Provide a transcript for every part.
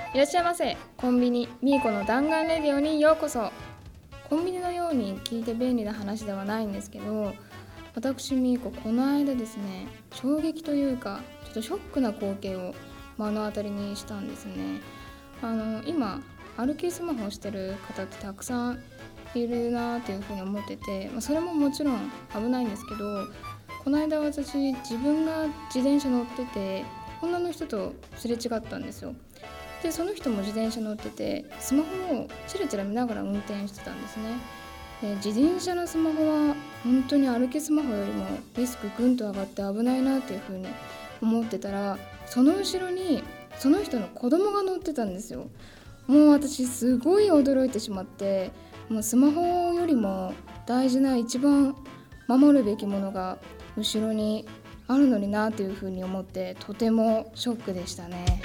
いらっしゃいませ。コンビニミーコの弾丸レディオにようこそ。コンビニのように聞いて便利な話ではないんですけど、私ミーコこの間ですね、衝撃というかちょっとショックな光景を目の当たりにしたんですね。今歩きスマホをしてる方ってたくさんいるなっていうふうに思ってて、それももちろん危ないんですけど、この間私自分が自転車乗ってて女の人とすれ違ったんですよ。でその人も自転車乗っててスマホをチラチラ見ながら運転してたんですね。で自転車のスマホは本当に歩きスマホよりもリスクぐんと上がって危ないなっていうふうに思ってたら、その後ろにその人の子供が乗ってたんですよ。もう私すごい驚いてしまって、もうスマホよりも大事な一番守るべきものが後ろにあるのになっていうふうに思って、とてもショックでしたね。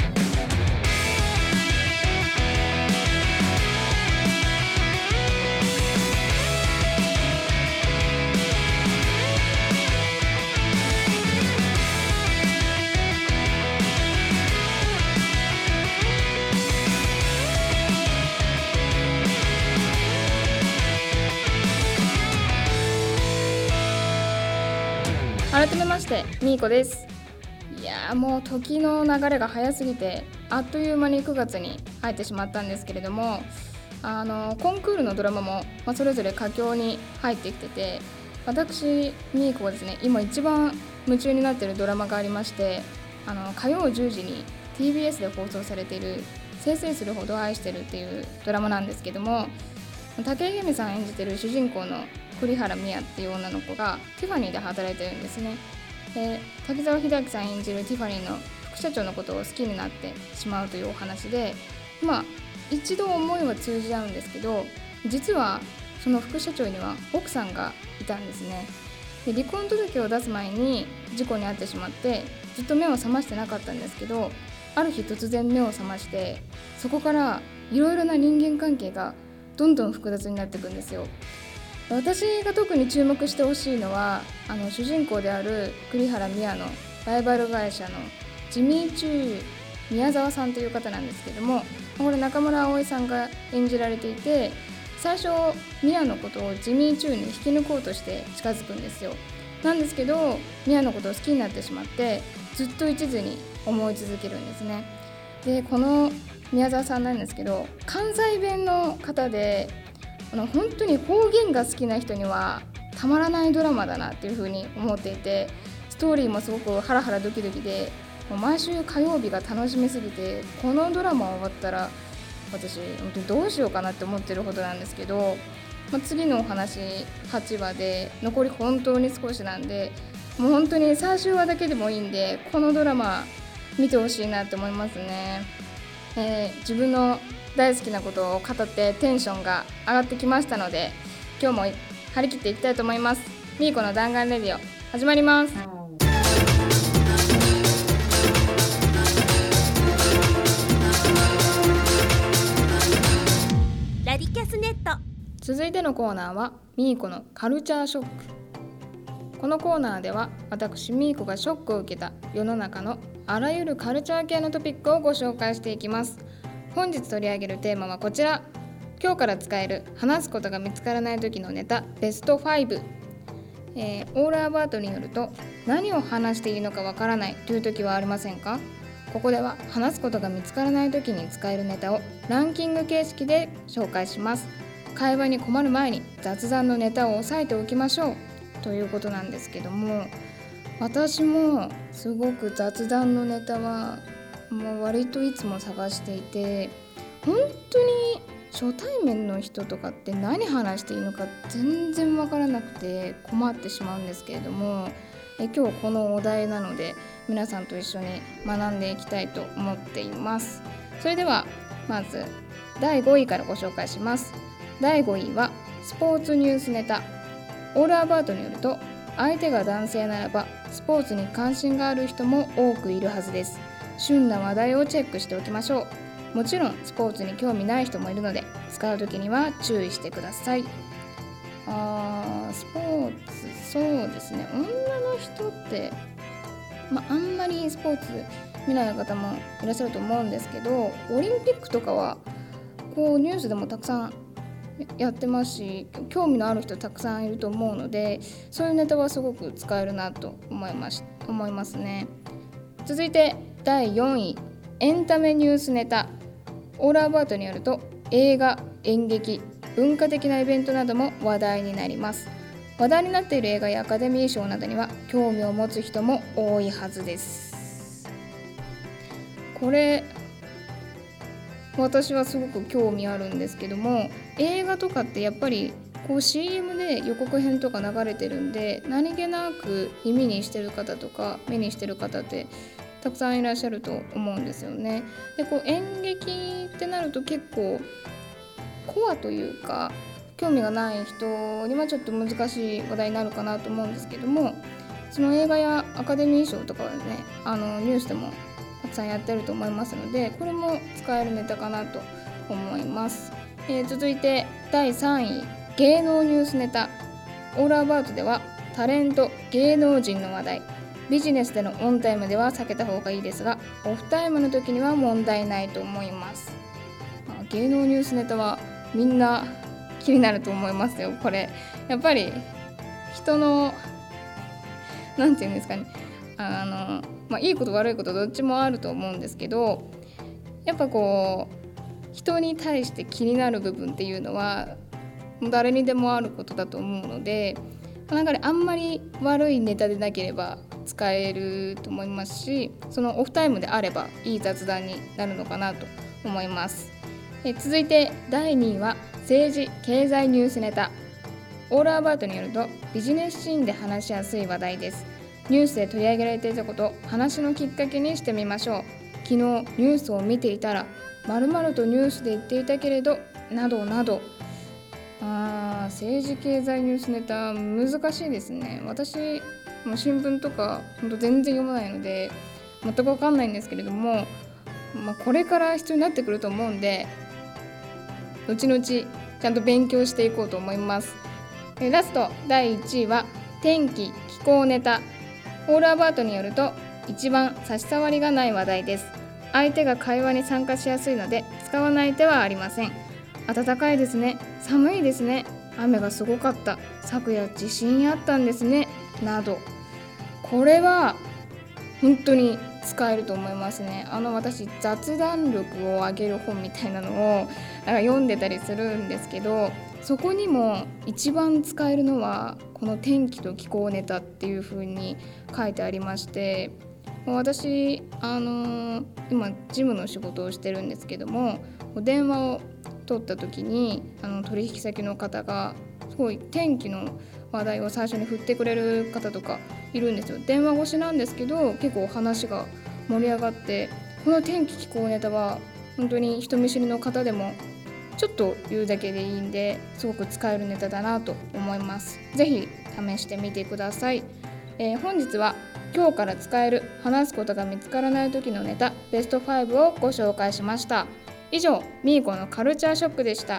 改めましてみーこです。いやもう時の流れが早すぎてあっという間に9月に入ってしまったんですけれども、コンクールのドラマも、それぞれ佳境に入ってきてて、私みーこはですね今一番夢中になっているドラマがありまして、火曜10時に TBS で放送されているせいせいするほど愛してるっていうドラマなんですけども、武井咲さん演じてる主人公の栗原美也っていう女の子がティファニーで働いてるんですね。で滝沢秀明さん演じるティファニーの副社長のことを好きになってしまうというお話で、一度思いは通じ合うんですけど、実はその副社長には奥さんがいたんですね。で離婚届を出す前に事故に遭ってしまってずっと目を覚ましてなかったんですけど、ある日突然目を覚まして、そこからいろいろな人間関係がどんどん複雑になっていくんですよ。私が特に注目してほしいのは主人公である栗原美也のライバル会社のジミーチュー宮沢さんという方なんですけども、これ中村葵さんが演じられていて、最初美也のことをジミーチューに引き抜こうとして近づくんですよ。なんですけど美也のことを好きになってしまってずっと一途に思い続けるんですね。でこの宮沢さんなんですけど関西弁の方で、本当に方言が好きな人にはたまらないドラマだなっていう風に思っていて、ストーリーもすごくハラハラドキドキで、もう毎週火曜日が楽しみすぎて、このドラマ終わったら私本当にどうしようかなって思ってるほどなんですけど、次のお話8話で残り本当に少しなんで、もう本当に最終話だけでもいいんでこのドラマ見てほしいなって思いますね。自分の大好きなことを語ってテンションが上がってきましたので、今日も張り切っていきたいと思います。みーこの弾丸レディオ始まります。 ラディキャスネット。 続いてのコーナーはみーこのカルチャーショック。このコーナーでは私みーこがショックを受けた世の中のあらゆるカルチャー系のトピックをご紹介していきます。本日取り上げるテーマはこちら。今日から使える話すことが見つからない時のネタベスト5。オールアバートによると、何を話していいのかわからないという時はありませんか？ここでは話すことが見つからない時に使えるネタをランキング形式で紹介します。会話に困る前に雑談のネタを押さえておきましょうということなんですけども、私もすごく雑談のネタはもう割といつも探していて、本当に初対面の人とかって何話していいのか全然わからなくて困ってしまうんですけれども、今日このお題なので皆さんと一緒に学んでいきたいと思っています。それではまず第5位からご紹介します。第5位はスポーツニュースネタ。オールアバートによると、相手が男性ならばスポーツに関心がある人も多くいるはずです。旬な話題をチェックしておきましょう。もちろんスポーツに興味ない人もいるので使うときには注意してください。スポーツ、そうですね、女の人って、あんまりスポーツ見ない方もいらっしゃると思うんですけど、オリンピックとかはこうニュースでもたくさんやってますし、興味のある人たくさんいると思うので、そういうネタはすごく使えるなと思いますね。続いて第4位、エンタメニュースネタ。オールアバウトによると、映画、演劇、文化的なイベントなども話題になります。話題になっている映画やアカデミー賞などには興味を持つ人も多いはずです。これ私はすごく興味あるんですけども、映画とかってやっぱりこう CM で予告編とか流れてるんで、何気なく耳にしてる方とか目にしてる方ってたくさんいらっしゃると思うんですよね。でこう演劇ってなると結構コアというか興味がない人にはちょっと難しい話題になるかなと思うんですけども、その映画やアカデミー賞とかはね、ニュースでもたくさんやってると思いますので、これも使えるネタかなと思います。続いて第3位、芸能ニュースネタ。オールアバウトではタレント、芸能人の話題、ビジネスでのオンタイムでは避けた方がいいですが、オフタイムの時には問題ないと思います。芸能ニュースネタはみんな気になると思いますよ。これやっぱり人のなんていうんですかね、いいこと悪いことどっちもあると思うんですけど、やっぱこう人に対して気になる部分っていうのは誰にでもあることだと思うので、なんかね、あんまり悪いネタでなければ使えると思いますし、そのオフタイムであればいい雑談になるのかなと思います。続いて第2位は政治・経済ニュースネタ。オールアバウトによると、ビジネスシーンで話しやすい話題です。ニュースで取り上げられていたことを話のきっかけにしてみましょう。昨日ニュースを見ていたら〇〇とニュースで言っていたけれど、などなど。政治経済ニュースネタ難しいですね。私もう新聞とか本当全然読まないので全く分かんないんですけれども、これから必要になってくると思うんで、後々ちゃんと勉強していこうと思います。ラスト第1位は天気・気候ネタ。オールアバウトによると、一番差し障りがない話題です。相手が会話に参加しやすいので使わない手はありません。暖かいですね、寒いですね、雨がすごかった、昨夜地震あったんですね、など。これは本当に使えると思いますね。私雑談力を上げる本みたいなのを読んでたりするんですけど、そこにも一番使えるのはこの天気と気候ネタっていう風に書いてありまして、私今事務の仕事をしてるんですけども、電話を取った時に取引先の方がすごい天気の話題を最初に振ってくれる方とかいるんですよ。電話越しなんですけど結構話が盛り上がって、この天気気候ネタは本当に人見知りの方でもちょっと言うだけでいいんで、すごく使えるネタだなと思います。ぜひ試してみてください。本日は今日から使える話すことが見つからない時のネタベスト5をご紹介しました。以上、みーこのカルチャーショックでした。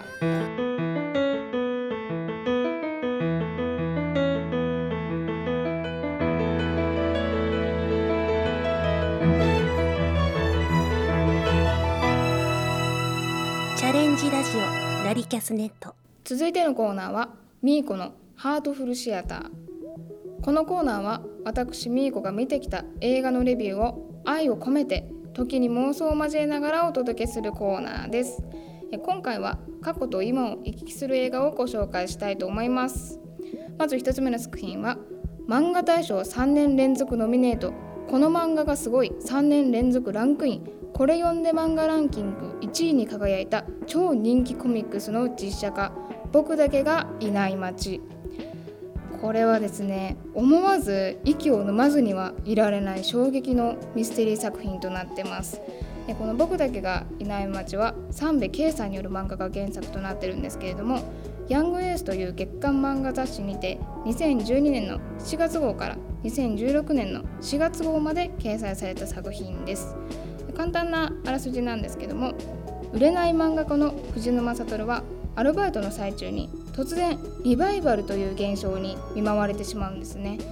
チャレンジラジオナリキャスネット。 続いてのコーナーはみーこのハートフルシアター。このコーナーは私みーこが見てきた映画のレビューを愛を込めて、時に妄想を交えながらお届けするコーナーです。今回は過去と今を行き来する映画をご紹介したいと思います。まず1つ目の作品は漫画大賞3年連続ノミネート、この漫画がすごい3年連続ランクイン、これ読んで漫画ランキング1位に輝いた超人気コミックスの実写化、僕だけがいない街。これはですね、思わず息を飲まずにはいられない衝撃のミステリー作品となってます。この僕だけがいない街は三部圭さんによる漫画が原作となってるんですけれども、ヤングエースという月刊漫画雑誌にて2012年の7月号から2016年の4月号まで掲載された作品です。簡単なあらすじなんですけども、売れない漫画家の藤沼悟はアルバイトの最中に突然リバイバルという現象に見舞われてしまうんですね。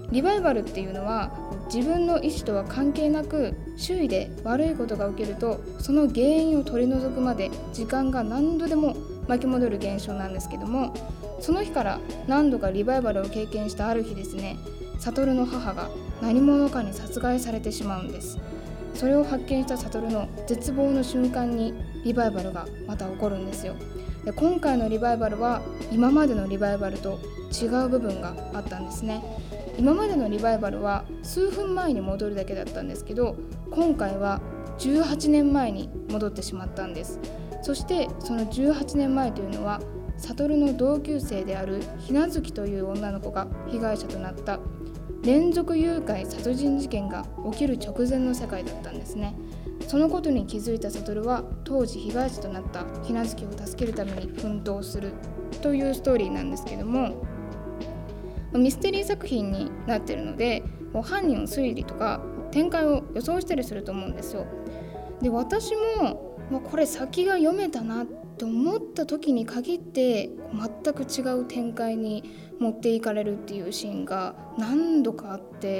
リバイバルっていうのは自分の意思とは関係なく周囲で悪いことが起きるとその原因を取り除くまで時間が何度でも巻き戻る現象なんですけども、その日から何度かリバイバルを経験したある日ですね、悟の母が何者かに殺害されてしまうんです。それを発見した悟の絶望の瞬間にリバイバルがまた起こるんですよ。で今回のリバイバルは今までのリバイバルと違う部分があったんですね。今までのリバイバルは数分前に戻るだけだったんですけど、今回は18年前に戻ってしまったんです。そしてその18年前というのは悟の同級生であるひなずきという女の子が被害者となった連続誘拐殺人事件が起きる直前の世界だったんですね。そのことに気づいた悟は当時被害者となったひなずきを助けるために奮闘するというストーリーなんですけども、ミステリー作品になっているので犯人の推理とか展開を予想したりすると思うんですよ。で私もこれ先が読めたなって思った時に限って全く違う展開に持っていかれるっていうシーンが何度かあって、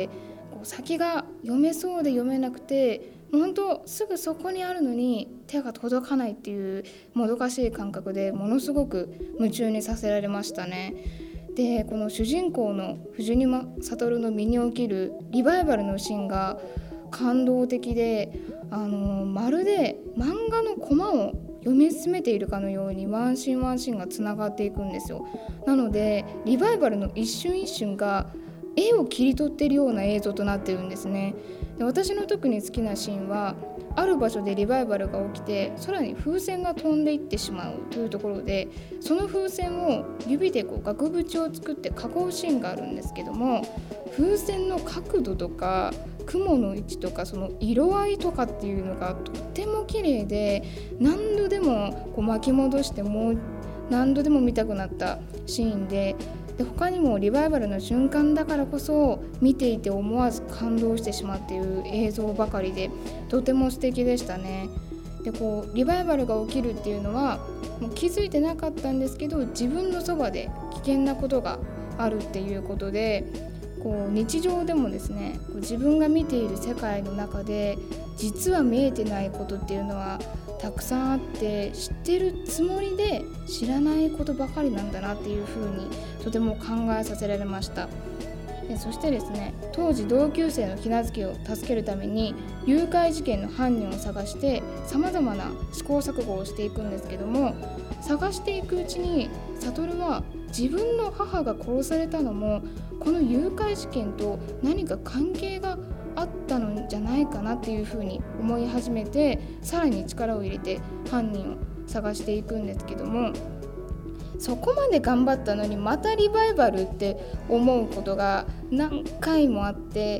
先が読めそうで読めなくて本当すぐそこにあるのに手が届かないっていうもどかしい感覚でものすごく夢中にさせられましたね。でこの主人公の藤沼悟の身に起きるリバイバルのシーンが感動的で、まるで漫画のコマを読み進めているかのようにワンシーンワンシーンがつながっていくんですよ。なのでリバイバルの一瞬一瞬が絵を切り取っているような映像となっているんですね。で私の特に好きなシーンはある場所でリバイバルが起きて空に風船が飛んでいってしまうというところで、その風船を指で額縁を作って囲うシーンがあるんですけども、風船の角度とか雲の位置とかその色合いとかっていうのがとっても綺麗で、何度でも巻き戻してもう何度でも見たくなったシーンで、他にもリバイバルの瞬間だからこそ見ていて思わず感動してしまうっていう映像ばかりでとても素敵でしたね。でリバイバルが起きるっていうのはもう気づいてなかったんですけど、自分のそばで危険なことがあるっていうことで、日常でもですね自分が見ている世界の中で実は見えてないことっていうのはたくさんあって、知ってるつもりで知らないことばかりなんだなっていうふうにとても考えさせられました。そしてですね、当時同級生のひなずきを助けるために誘拐事件の犯人を探してさまざまな試行錯誤をしていくんですけども、探していくうちに悟は自分の母が殺されたのもこの誘拐事件と何か関係があったのじゃないかなっていうふうに思い始めて、さらに力を入れて犯人を探していくんですけども、そこまで頑張ったのにまたリバイバルって思うことが何回もあって、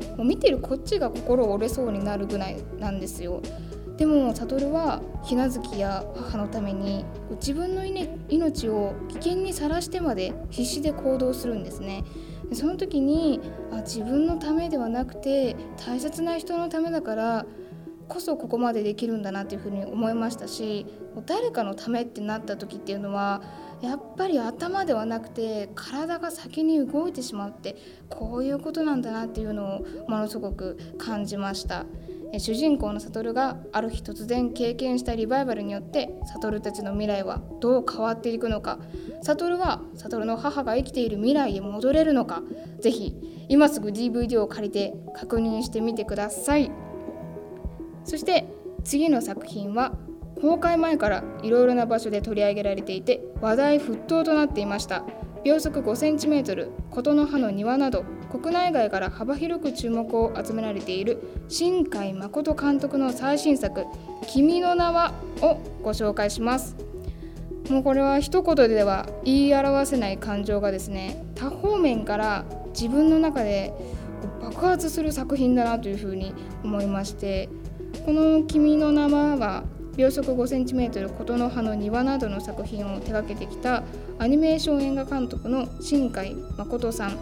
もう見てるこっちが心折れそうになるぐらいなんですよ。でも悟はひなずきや母のために自分の命を危険にさらしてまで必死で行動するんですね。でその時に自分のためではなくて大切な人のためだからこそここまでできるんだなっていうふうに思いましたし、誰かのためってなった時っていうのはやっぱり頭ではなくて体が先に動いてしまうってこういうことなんだなっていうのをものすごく感じました。主人公の悟がある日突然経験したリバイバルによって悟たちの未来はどう変わっていくのか、悟は悟の母が生きている未来へ戻れるのか、ぜひ今すぐ DVD を借りて確認してみてください。そして次の作品は公開前からいろいろな場所で取り上げられていて話題沸騰となっていました。秒速 5cm 琴の葉の庭など国内外から幅広く注目を集められている新海誠監督の最新作君の名はをご紹介します。もうこれは一言では言い表せない感情がですね、多方面から自分の中で爆発する作品だなというふうに思いまして、この君の名は秒速 5cm 琴の葉の庭などの作品を手掛けてきたアニメーション映画監督の新海誠さん、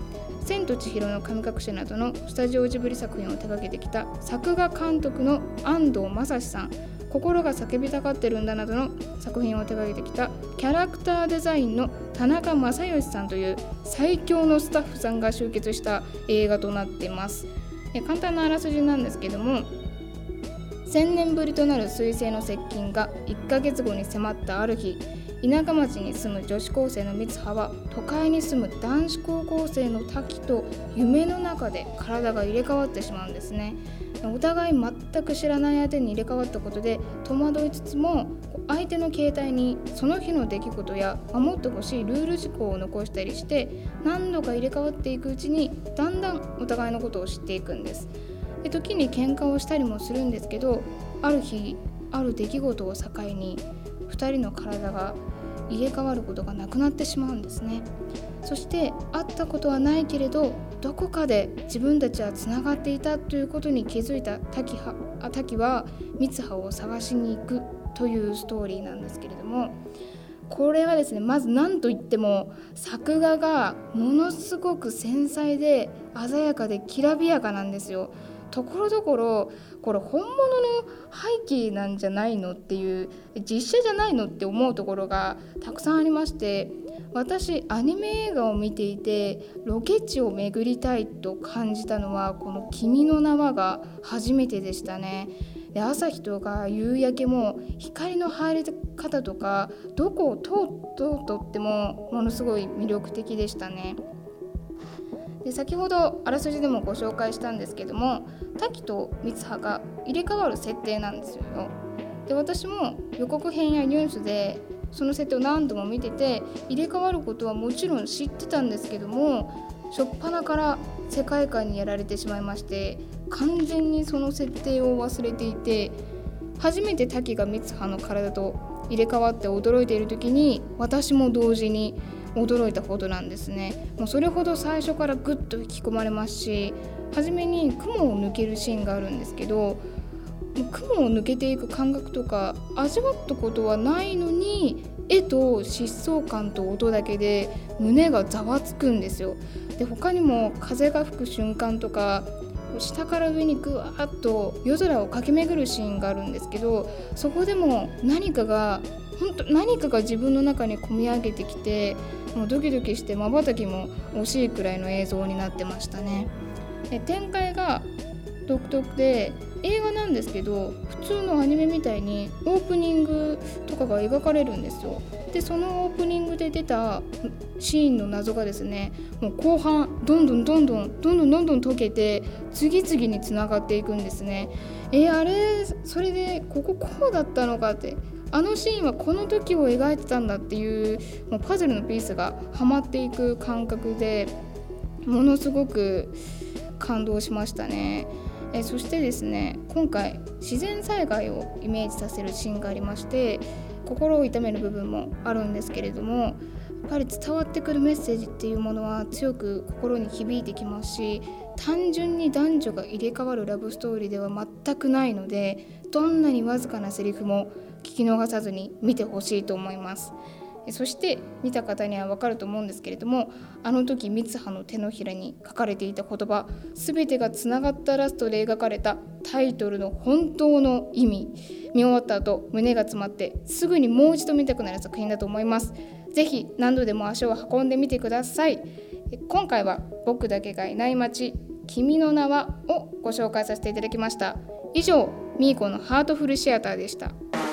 千と千尋の神隠しなどのスタジオジブリ作品を手掛けてきた作画監督の安藤正史さん、心が叫びたがってるんだなどの作品を手掛けてきたキャラクターデザインの田中正義さんという最強のスタッフさんが集結した映画となっています。簡単なあらすじなんですけども、1000年ぶりとなる彗星の接近が1ヶ月後に迫ったある日、田舎町に住む女子高生の三葉は都会に住む男子高校生の滝と夢の中で体が入れ替わってしまうんですね。お互い全く知らない相手に入れ替わったことで戸惑いつつも、相手の携帯にその日の出来事や守ってほしいルール事項を残したりして、何度か入れ替わっていくうちにだんだんお互いのことを知っていくんです。で、時に喧嘩をしたりもするんですけど、ある日ある出来事を境に2人の体が入れ替わることがなくなってしまうんですね。そして会ったことはないけれど、どこかで自分たちはつながっていたということに気づいた滝は三葉を探しに行くというストーリーなんですけれども、これはですね、まず何といっても作画がものすごく繊細で鮮やかできらびやかなんですよ。ところどころこれ本物の背景なんじゃないのっていう、実写じゃないのって思うところがたくさんありまして、私アニメ映画を見ていてロケ地を巡りたいと感じたのはこの君の名はが初めてでしたね。で、朝日とか夕焼けも光の入り方とかどこを通ってもものすごい魅力的でしたね。で、先ほどあらすじでもご紹介したんですけども、滝と三葉が入れ替わる設定なんですよ。で、私も予告編やニュースでその設定を何度も見てて、入れ替わることはもちろん知ってたんですけども、初っ端から世界観にやられてしまいまして、完全にその設定を忘れていて、初めて滝が三葉の体と入れ替わって驚いている時に私も同時に驚いたほどなんですね。もうそれほど最初からグッと引き込まれますし、初めに雲を抜けるシーンがあるんですけど、雲を抜けていく感覚とか味わったことはないのに、絵と疾走感と音だけで胸がざわつくんですよ。で、他にも風が吹く瞬間とか下から上にぐわーっと夜空を駆け巡るシーンがあるんですけど、そこでも何かが自分の中に込み上げてきて、もうドキドキして瞬きも惜しいくらいの映像になってましたね。で、展開が独特で映画なんですけど、普通のアニメみたいにオープニングとかが描かれるんですよ。で、そのオープニングで出たシーンの謎がですね、もう後半どんどん解けて次々につながっていくんですね。あれ、それでこうだったのかって、あのシーンはこの時を描いてたんだっていう、もうパズルのピースがはまっていく感覚でものすごく感動しましたね。そしてですね、今回自然災害をイメージさせるシーンがありまして、心を痛める部分もあるんですけれども、やっぱり伝わってくるメッセージっていうものは強く心に響いてきますし、単純に男女が入れ替わるラブストーリーでは全くないので、どんなにわずかなセリフも聞き逃さずに見てほしいと思います。そして見た方には分かると思うんですけれども、あの時三葉の手のひらに書かれていた言葉、全てがつながったラストで描かれたタイトルの本当の意味、見終わった後胸が詰まってすぐにもう一度見たくなる作品だと思います。ぜひ何度でも足を運んでみてください。今回は僕だけがいない街、君の名はをご紹介させていただきました。以上、ミーコのハートフルシアターでした。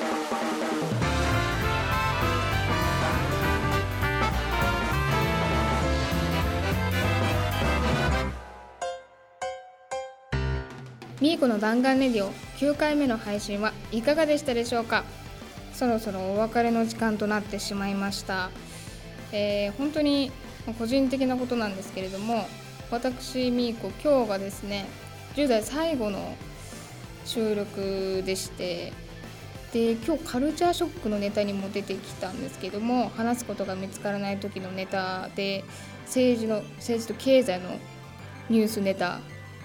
ミーコの弾丸レディオ9回目の配信はいかがでしたでしょうか。そろそろお別れの時間となってしまいました。本当に個人的なことなんですけれども、私ミーコ今日がですね10代最後の収録でして、で今日カルチャーショックのネタにも出てきたんですけども、話すことが見つからない時のネタで政治と経済のニュースネタ、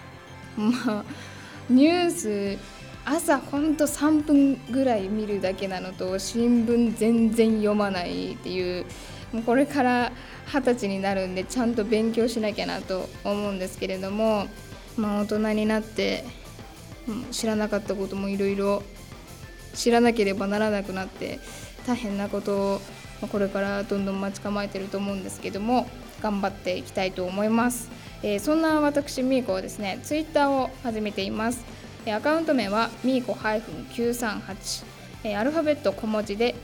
ニュース朝ほんと3分ぐらい見るだけなのと、新聞全然読まないっていうもうこれから20歳になるんでちゃんと勉強しなきゃなと思うんですけれども、大人になって知らなかったこともいろいろ知らなければならなくなって大変なことをこれからどんどん待ち構えてると思うんですけども、頑張っていきたいと思います。そんな私みーこはですね、ツイッターを始めています。アカウント名はみーこ -938、アルファベット小文字で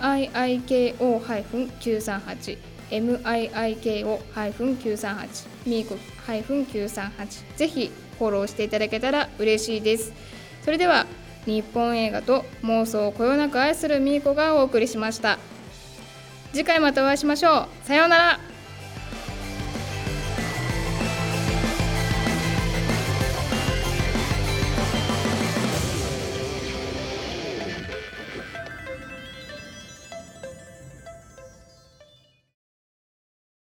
MIIKO-938 MIIKO-938 みーこ -938、 ぜひフォローしていただけたら嬉しいです。それでは日本映画と妄想をこよなく愛するみーこがお送りしました。次回またお会いしましょう。さようなら。